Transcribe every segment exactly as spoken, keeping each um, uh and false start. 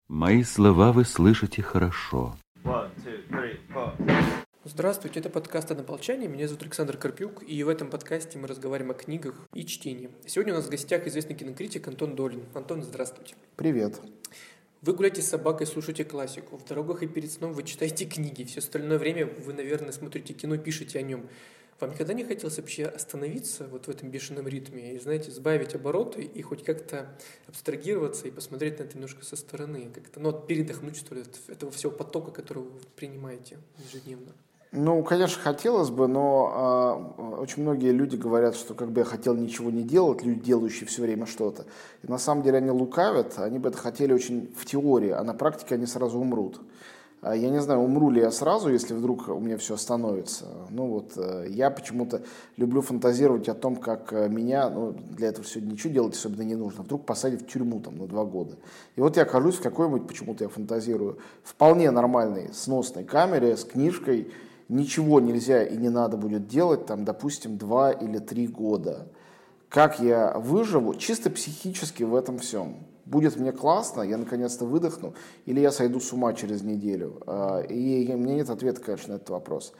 Мои слова вы слышите хорошо. One, two, three, four. Здравствуйте, это подкаст «Однополчане». Меня зовут Александр Карпюк, и в этом подкасте мы разговариваем о книгах и чтении. Сегодня у нас в гостях известный кинокритик Антон Долин. Антон, здравствуйте. Привет. Вы гуляете с собакой, слушаете классику. В дорогах и перед сном вы читаете книги. Все остальное время вы, наверное, смотрите кино, пишете о нем. Вам никогда не хотелось вообще остановиться вот в этом бешеном ритме и, знаете, сбавить обороты и хоть как-то абстрагироваться и посмотреть на это немножко со стороны, как-то, ну, передохнуть, что ли, от этого всего потока, который вы принимаете ежедневно? Ну, конечно, хотелось бы, но э, очень многие люди говорят, что как бы я хотел ничего не делать, люди, делающие все время что-то. И на самом деле они лукавят, они бы это хотели очень в теории, а на практике они сразу умрут. Я не знаю, умру ли я сразу, если вдруг у меня все остановится. Ну вот, я почему-то люблю фантазировать о том, как меня, ну, для этого сегодня ничего делать особенно не нужно, вдруг посадят в тюрьму там на два года. И вот я окажусь в какой-нибудь, почему-то я фантазирую, вполне нормальной, сносной камере с книжкой, ничего нельзя и не надо будет делать, там, допустим, два или три года. Как я выживу чисто психически в этом всем? Будет мне классно, я наконец-то выдохну, или я сойду с ума через неделю? И у меня нет ответа, конечно, на этот вопрос.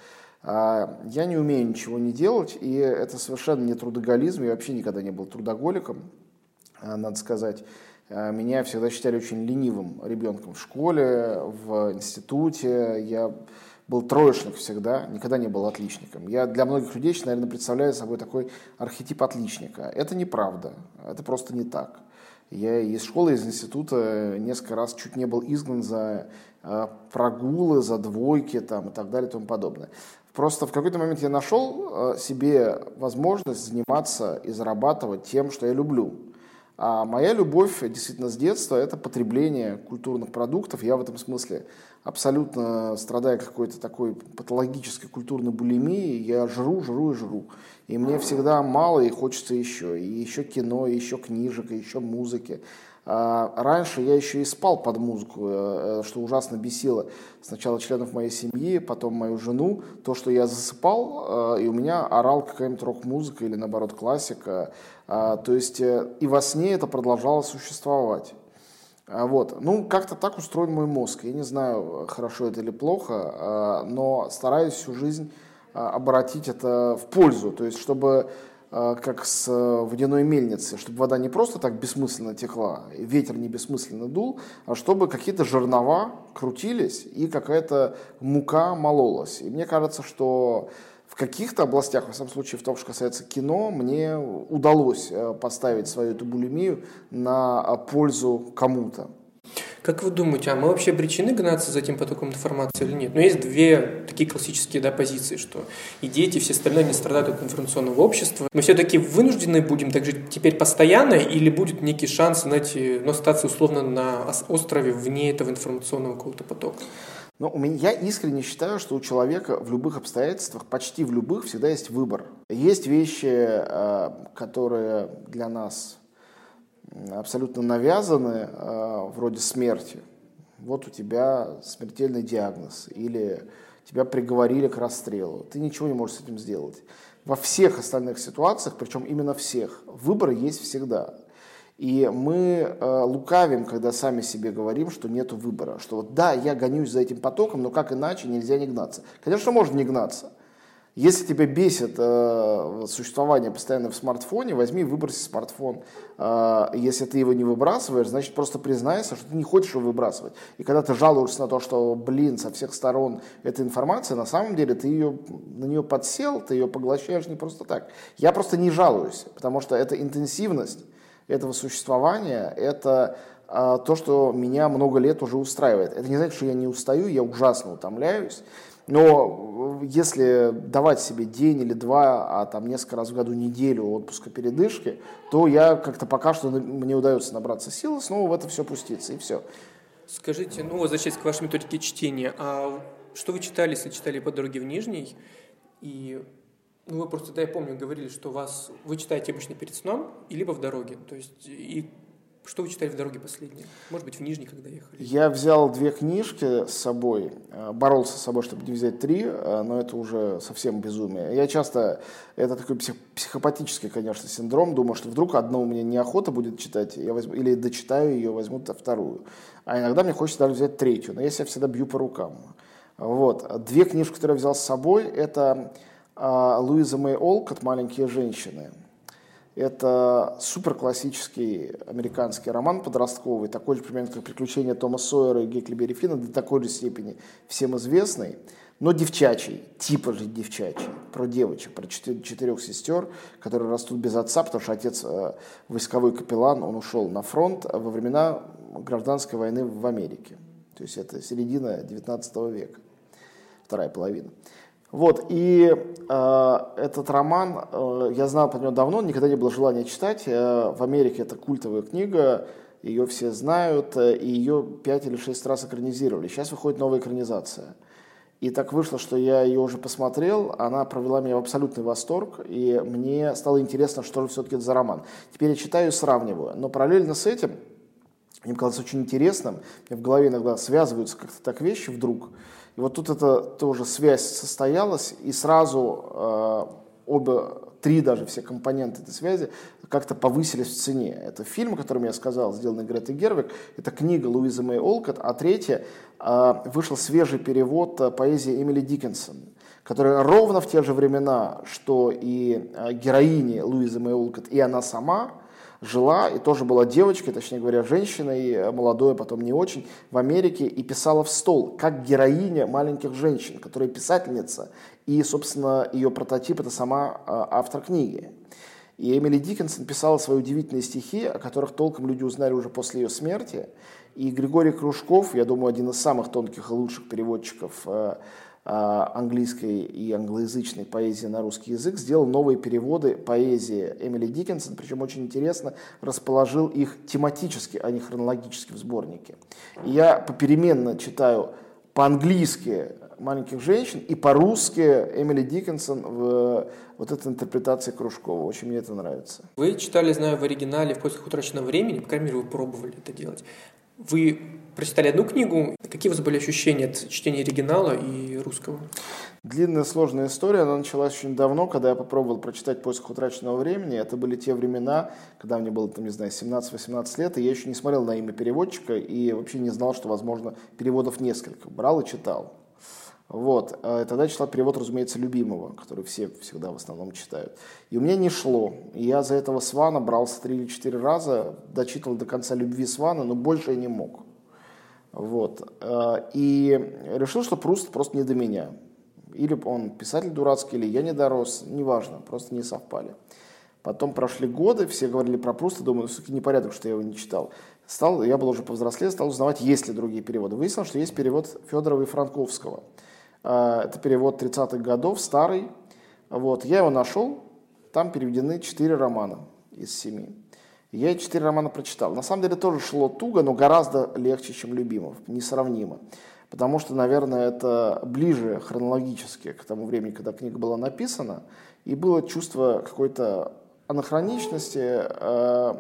Я не умею ничего не делать, и это совершенно не трудоголизм, я вообще никогда не был трудоголиком, надо сказать. Меня всегда считали очень ленивым ребенком в школе, в институте. Я был троечник всегда, никогда не был отличником. Я для многих людей, наверное, представляю собой такой архетип отличника. Это неправда, это просто не так. Я из школы, из института несколько раз чуть не был изгнан за э, прогулы, за двойки там, и так далее и тому подобное. Просто в какой-то момент я нашел э, себе возможность заниматься и зарабатывать тем, что я люблю. А моя любовь действительно с детства – это потребление культурных продуктов. Я в этом смысле абсолютно страдаю какой-то такой патологической культурной булимией. Я жру, жру и жру. И мне всегда мало и хочется еще. И еще кино, и еще книжек, и еще музыки. А раньше я еще и спал под музыку, что ужасно бесило сначала членов моей семьи, потом мою жену. То, что я засыпал, и у меня орал какая-нибудь рок-музыка или, наоборот, классика. То есть и во сне это продолжало существовать. Вот. Ну, как-то так устроен мой мозг. Я не знаю, хорошо это или плохо, но стараюсь всю жизнь обратить это в пользу. То есть, чтобы, как с водяной мельницы, чтобы вода не просто так бессмысленно текла, ветер не бессмысленно дул, а чтобы какие-то жернова крутились и какая-то мука мололась. И мне кажется, что в каких-то областях, во всяком случае, в том, что касается кино, мне удалось поставить свою эту булимию на пользу кому-то. Как вы думаете, а мы вообще обречены гнаться за этим потоком информации или нет? Но есть две такие классические, да, позиции, что и дети, и все остальные не страдают от информационного общества. Мы все-таки вынуждены будем так жить теперь постоянно, или будет некий шанс, знаете, ну, остаться условно на острове вне этого информационного какого-то потока? Но у меня, я искренне считаю, что у человека в любых обстоятельствах, почти в любых, всегда есть выбор. Есть вещи, которые для нас абсолютно навязаны, вроде смерти. Вот у тебя смертельный диагноз, или тебя приговорили к расстрелу. Ты ничего не можешь с этим сделать. Во всех остальных ситуациях, причем именно всех, выбор есть всегда. И мы э, лукавим, когда сами себе говорим, что нету выбора. Что вот да, я гонюсь за этим потоком, но как иначе нельзя не гнаться. Конечно, можно не гнаться. Если тебя бесит э, существование постоянно в смартфоне, возьми и выброси смартфон. Э, если ты его не выбрасываешь, значит просто признайся, что ты не хочешь его выбрасывать. И когда ты жалуешься на то, что, блин, со всех сторон эта информация, на самом деле ты ее, на нее подсел, ты ее поглощаешь не просто так. Я просто не жалуюсь, потому что это интенсивность этого существования, это а, то, что меня много лет уже устраивает. Это не значит, что я не устаю, я ужасно утомляюсь, но если давать себе день или два, а там несколько раз в году неделю отпуска, передышки, то я как-то пока что мне удается набраться сил и снова в это все пуститься, и все. Скажите, ну, возвращаясь к вашей методике чтения, а что вы читали, если читали «По дороге в Нижний»? И ну, вы просто, да, я помню, говорили, что вас, вы читаете обычно перед сном и либо в дороге. То есть, и Что вы читали в дороге последнее? Может быть, в Нижний, когда ехали? Я взял две книжки с собой, боролся с собой, чтобы не взять три, но это уже совсем безумие. Я часто, это такой псих, психопатический, конечно, синдром, думаю, что вдруг одну у меня неохота будет читать, я возьму, или дочитаю ее, возьму вторую. А иногда мне хочется даже взять третью, но я себя всегда бью по рукам. Вот. Две книжки, которые я взял с собой, это Луиза Мэй Олкотт «Маленькие женщины». Это суперклассический американский роман подростковый, такой же примерно как «Приключения Тома Сойера» и Геклиберри Финна, до такой же степени всем известный, но девчачий, типа же девчачий, про девочек, про четырех, четырех сестер, которые растут без отца, потому что отец э, войсковой капеллан, он ушел на фронт во времена гражданской войны в Америке. То есть это середина девятнадцатого века, вторая половина. Вот, и э, этот роман, э, я знал про него давно, никогда не было желания читать. Э, в Америке это культовая книга, ее все знают, э, и ее пять или шесть раз экранизировали. Сейчас выходит новая экранизация. И так вышло, что я ее уже посмотрел, она провела меня в абсолютный восторг, и мне стало интересно, что же все-таки это за роман. Теперь я читаю и сравниваю, но параллельно с этим, мне казалось очень интересным, мне в голове иногда связываются как-то так вещи вдруг. И вот тут эта тоже связь состоялась, и сразу э, оба, три даже все компоненты этой связи как-то повысились в цене. Это фильм, о котором я сказал, сделанный Гретой Гервиг, это книга Луизы Мэй Олкотт, а третья э, вышел свежий перевод поэзии Эмили Диккенсон, которая ровно в те же времена, что и э, героини Луизы Мэй Олкотт, и она сама, жила и тоже была девочкой, точнее говоря, женщиной, молодой, а потом не очень, в Америке и писала в стол, как героиня «Маленьких женщин», которая писательница, и, собственно, ее прототип – это сама автор книги. И Эмили Диккенсон писала свои удивительные стихи, о которых толком люди узнали уже после ее смерти. И Григорий Кружков, я думаю, один из самых тонких и лучших переводчиков английской и англоязычной поэзии на русский язык, сделал новые переводы поэзии Эмили Диккенсон, причем очень интересно расположил их тематически, а не хронологически в сборнике. И я попеременно читаю по-английски «Маленьких женщин» и по-русски Эмили Диккенсон в вот этой интерпретации Кружкова. Очень мне это нравится. Вы читали, знаю, в оригинале «В поисках утраченного времени», по крайней мере, вы пробовали это делать. Вы прочитали одну книгу. Какие у вас были ощущения от чтения оригинала и русского? Длинная, сложная история. Она началась очень давно, когда я попробовал прочитать «Поиск утраченного времени». Это были те времена, когда мне было, там, не знаю, семнадцать-восемнадцать лет, и я еще не смотрел на имя переводчика и вообще не знал, что, возможно, переводов несколько. Брал и читал. Вот. И тогда читал перевод, разумеется, любимого, который все всегда в основном читают. И у меня не шло. И я за этого Свана брался три или четыре раза, дочитывал до конца «Любви Свана», но больше я не мог. Вот. И решил, что Пруст просто не до меня. Или он писатель дурацкий, или я не дорос, неважно, просто не совпали. Потом прошли годы, все говорили про Пруста, думаю, ну, все-таки непорядок, что я его не читал. Стал, я был уже повзрослее, стал узнавать, есть ли другие переводы. Выяснилось, что есть перевод Федорова и Франковского. Это перевод тридцатых годов, старый. Вот. Я его нашел, там переведены четыре романа из семи. Я эти четыре романа прочитал. На самом деле тоже шло туго, но гораздо легче, чем «Любимов», несравнимо. Потому что, наверное, это ближе хронологически к тому времени, когда книга была написана, и было чувство какой-то анахроничности, э,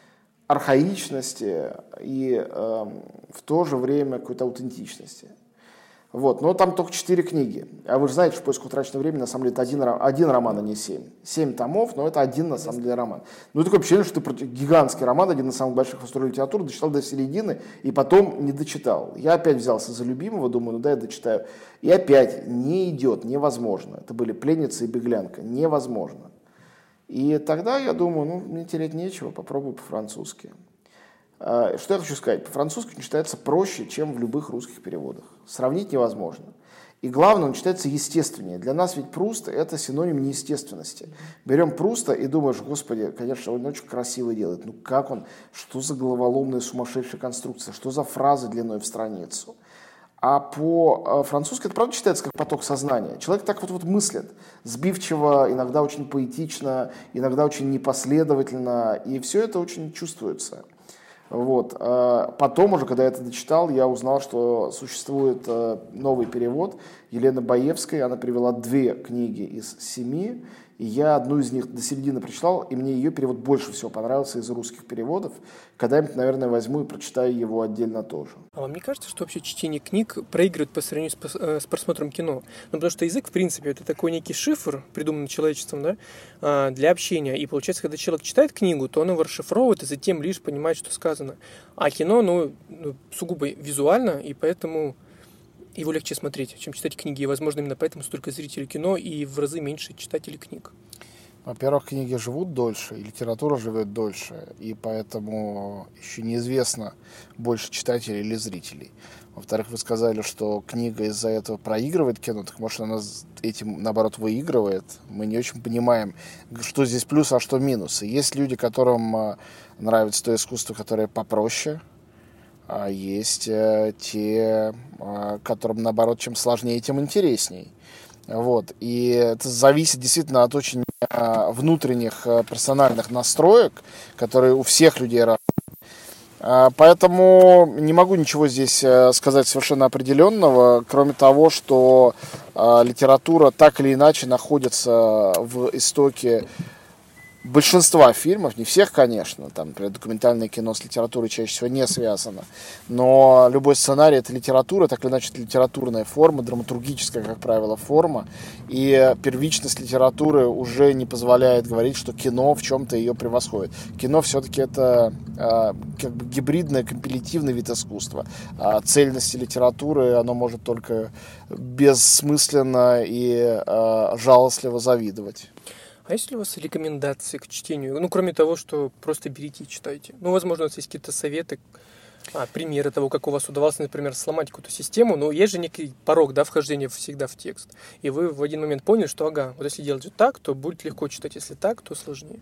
архаичности и э, в то же время какой-то аутентичности. Вот. Но там только четыре книги. А вы же знаете, что «Поиск утраченного времени» на самом деле это один, один роман, а не семь. Семь томов, но это один на самом деле роман. Ну и такое впечатление, что ты гигантский роман, один из самых больших в истории литературы, дочитал до середины и потом не дочитал. Я опять взялся за любимого, думаю, ну да, я дочитаю. И опять не идет, невозможно. Это были «Пленница» и «Беглянка». Невозможно. И тогда я думаю, ну мне терять нечего, попробую по-французски. Что я хочу сказать? По-французски он читается проще, чем в любых русских переводах. Сравнить невозможно. И главное, он читается естественнее. Для нас ведь Пруст – это синоним неестественности. Берем Пруста и думаешь, господи, конечно, он очень красиво делает. Ну как он? Что за головоломная сумасшедшая конструкция? Что за фразы длиной в страницу? А по-французски это правда читается как поток сознания. Человек так вот, вот мыслит, сбивчиво, иногда очень поэтично, иногда очень непоследовательно. И все это очень чувствуется. Вот. Потом уже, когда я это дочитал, я узнал, что существует новый перевод Елены Баевской. Она перевела две книги из семи, И я одну из них до середины прочитал, и мне ее перевод больше всего понравился из русских переводов. Когда-нибудь, наверное, возьму и прочитаю его отдельно тоже. А вам не кажется, что вообще чтение книг проигрывает по сравнению с, пос- э, с просмотром кино? Ну, потому что язык, в принципе, это такой некий шифр, придуманный человечеством, да, а, для общения. И получается, когда человек читает книгу, то он его расшифровывает и затем лишь понимает, что сказано. А кино, ну, ну сугубо визуально, и поэтому его легче смотреть, чем читать книги. И, возможно, именно поэтому столько зрителей кино и в разы меньше читателей книг. Во-первых, книги живут дольше, и литература живет дольше, и поэтому еще неизвестно, больше читателей или зрителей. Во-вторых, вы сказали, что книга из-за этого проигрывает кино, так может она этим, наоборот, выигрывает. Мы не очень понимаем, что здесь плюс, а что минус. И есть люди, которым нравится то искусство, которое попроще, а есть те, которым, наоборот, чем сложнее, тем интересней. Вот. И это зависит действительно от очень а, внутренних а, персональных настроек, которые у всех людей разные. А, поэтому не могу ничего здесь а, сказать совершенно определенного, кроме того, что а, литература так или иначе находится в истоке большинства фильмов, не всех, конечно, там, например, документальное кино с литературой чаще всего не связано, но любой сценарий — это литература, так или иначе это литературная форма, драматургическая, как правило, форма, и первичность литературы уже не позволяет говорить, что кино в чем-то ее превосходит. Кино все-таки это э, как бы гибридное, компилятивный вид искусства, а цельности литературы оно может только бессмысленно и э, жалостливо завидовать. А есть ли у вас рекомендации к чтению? Ну, кроме того, что просто берите и читайте. Ну, возможно, у вас есть какие-то советы, а, примеры того, как у вас удавалось, например, сломать какую-то систему. Но есть же некий порог, да, вхождения всегда в текст. И вы в один момент поняли, что, ага, вот если делать так, то будет легко читать. Если так, то сложнее.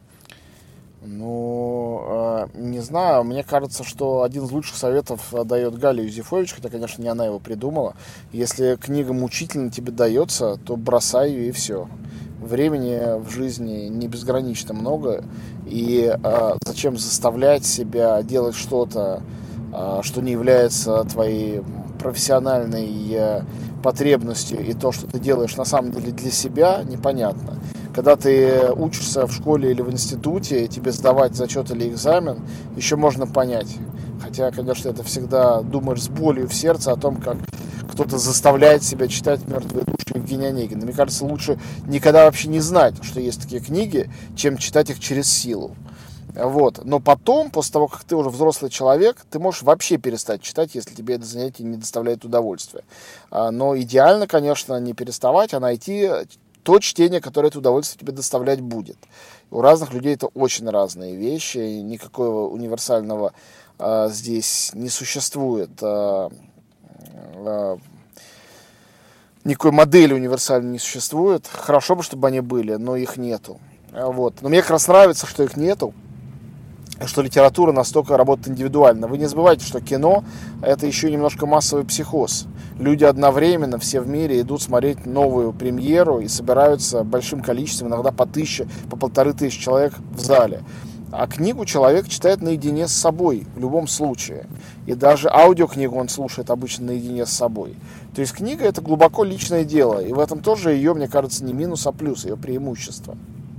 Ну, э, не знаю, мне кажется, что один из лучших советов дает Галя Юзефович, хотя, конечно, не она его придумала. Если книга мучительно тебе дается, то бросай ее и все. Времени в жизни не безгранично много, и э, зачем заставлять себя делать что-то, э, что не является твоей профессиональной э, потребностью, и то, что ты делаешь на самом деле для себя, непонятно. Когда ты учишься в школе или в институте, тебе сдавать зачет или экзамен, еще можно понять. Хотя, конечно, это всегда думаешь с болью в сердце о том, как кто-то заставляет себя читать «Мертвые души» Евгения Онегина. Мне кажется, лучше никогда вообще не знать, что есть такие книги, чем читать их через силу. Вот. Но потом, после того, как ты уже взрослый человек, ты можешь вообще перестать читать, если тебе это занятие не доставляет удовольствия. Но идеально, конечно, не переставать, а найти то чтение, которое это удовольствие тебе доставлять будет. У разных людей это очень разные вещи, и никакого универсального а, здесь не существует. А, а, никакой модели универсальной не существует. Хорошо бы, чтобы они были, но их нету. Вот. Но мне как раз нравится, что их нету, что литература настолько работает индивидуально. Вы не забывайте, что кино — это еще немножко массовый психоз. Люди одновременно, все в мире, идут смотреть новую премьеру и собираются большим количеством, иногда по тысяче, по полторы тысячи человек в зале. А книгу человек читает наедине с собой в любом случае. И даже аудиокнигу он слушает обычно наедине с собой. То есть книга — это глубоко личное дело. И в этом тоже ее, мне кажется, не минус, а плюс, ее преимущество.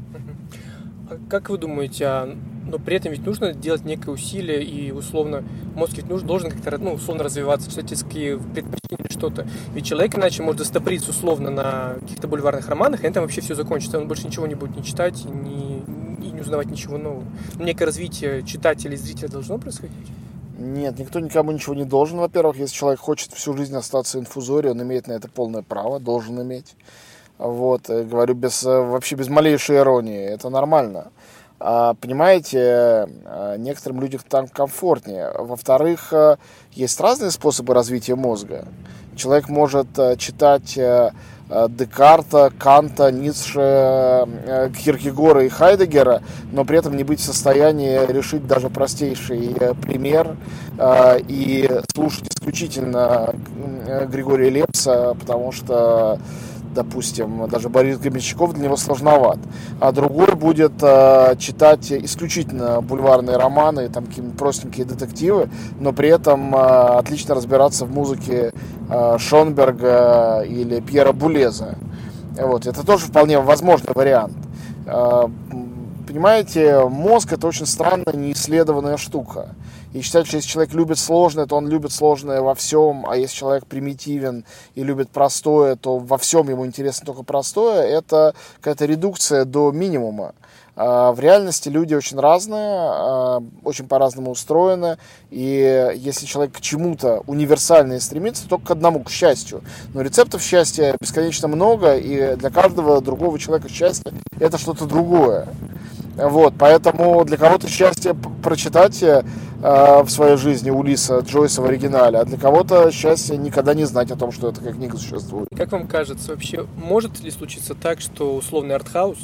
А как вы думаете, а, но при этом ведь нужно делать некое усилие, и условно мозг ведь нужен, должен как-то, ну, условно развиваться, читательские предпочтения, что-то. Ведь человек иначе может застопориться условно на каких-то бульварных романах, и на этом вообще все закончится. Он больше ничего не будет не читать и не, и не узнавать ничего нового. Некое развитие читателя и зрителя должно происходить? Нет, никто никому ничего не должен. Во-первых, если человек хочет всю жизнь остаться инфузорией, он имеет на это полное право, должен иметь. Вот, говорю без, вообще без малейшей иронии, это нормально. А, понимаете, некоторым людям там комфортнее. Во-вторых, есть разные способы развития мозга. Человек может читать Декарта, Канта, Ницше, Киркегора и Хайдеггера, но при этом не быть в состоянии решить даже простейший пример и слушать исключительно Григория Лепса, потому что, допустим, даже Борис Гребенщиков для него сложноват. А другой будет э, читать исключительно бульварные романы, там какие-нибудь простенькие детективы, но при этом э, отлично разбираться в музыке э, Шонберга или Пьера Булеза. Вот. Это тоже вполне возможный вариант. Понимаете, мозг — это очень странная, неисследованная штука. И считать, что если человек любит сложное, то он любит сложное во всем, а если человек примитивен и любит простое, то во всем ему интересно только простое, это какая-то редукция до минимума. В реальности люди очень разные, очень по-разному устроены, и если человек к чему-то универсально стремится, только к одному, к счастью. Но рецептов счастья бесконечно много, и для каждого другого человека счастье — это что-то другое. Вот, поэтому для кого-то счастье прочитать э, в своей жизни Улисса Джойса в оригинале, а для кого-то счастье никогда не знать о том, что такая книга существует. Как вам кажется, вообще может ли случиться так, что условный артхаус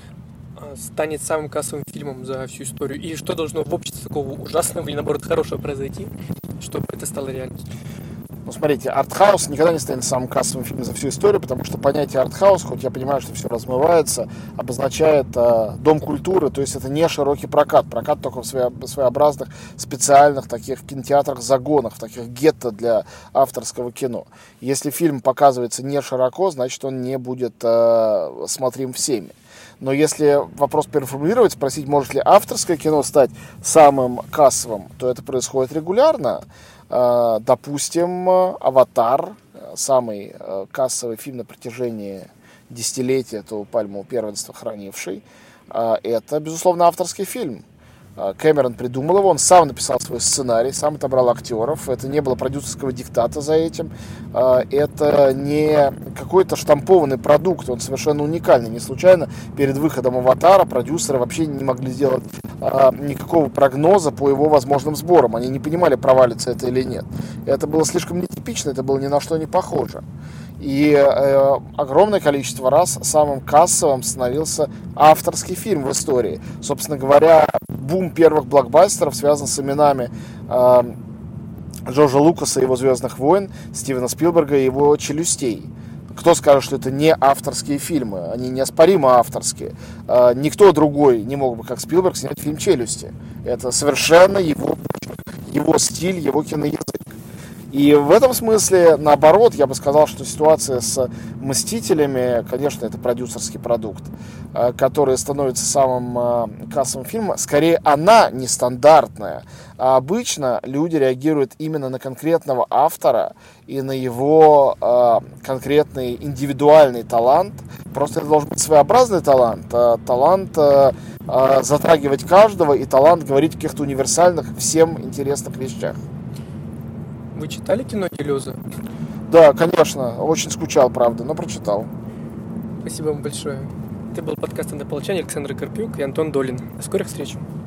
станет самым кассовым фильмом за всю историю? И что должно в обществе такого ужасного или, наоборот, хорошего произойти, чтобы это стало реальностью? Ну, смотрите, артхаус никогда не станет самым кассовым фильмом за всю историю, потому что понятие артхаус, хоть я понимаю, что все размывается, обозначает э, дом культуры, то есть это не широкий прокат. Прокат только в своеобразных специальных таких кинотеатрах-загонах, в таких гетто для авторского кино. Если фильм показывается не широко, значит он не будет э, смотрим всеми. Но если вопрос переформулировать, спросить, может ли авторское кино стать самым кассовым, то это происходит регулярно. Допустим, «Аватар», самый кассовый фильм на протяжении десятилетия, этого пальмового первенства хранивший, это, безусловно, авторский фильм. Кэмерон придумал его, он сам написал свой сценарий, сам отобрал актеров. Это не было продюсерского диктата за этим. Это не какой-то штампованный продукт, он совершенно уникальный. Не случайно перед выходом «Аватара» продюсеры вообще не могли сделать никакого прогноза по его возможным сборам. Они не понимали, провалится это или нет. Это было слишком нетипично, это было ни на что не похоже. И э, огромное количество раз самым кассовым становился авторский фильм в истории. Собственно говоря, бум первых блокбастеров связан с именами э, Джорджа Лукаса и его «Звездных войн», Стивена Спилберга и его «Челюстей». Кто скажет, что это не авторские фильмы? Они неоспоримо авторские. Э, никто другой не мог бы, как Спилберг, снять фильм «Челюсти». Это совершенно его, его стиль, его киноязык. И в этом смысле, наоборот, я бы сказал, что ситуация с «Мстителями», конечно, это продюсерский продукт, который становится самым кассовым фильмом. Скорее, она нестандартная. А обычно люди реагируют именно на конкретного автора и на его конкретный индивидуальный талант. Просто это должен быть своеобразный талант. Талант затрагивать каждого и талант говорить о каких-то универсальных, всем интересных вещах. Вы читали кино «Делеза»? Да, конечно. Очень скучал, правда, но прочитал. Спасибо вам большое. Это был подкаст «Однополчане», Александр Карпюк и Антон Долин. До скорых встреч.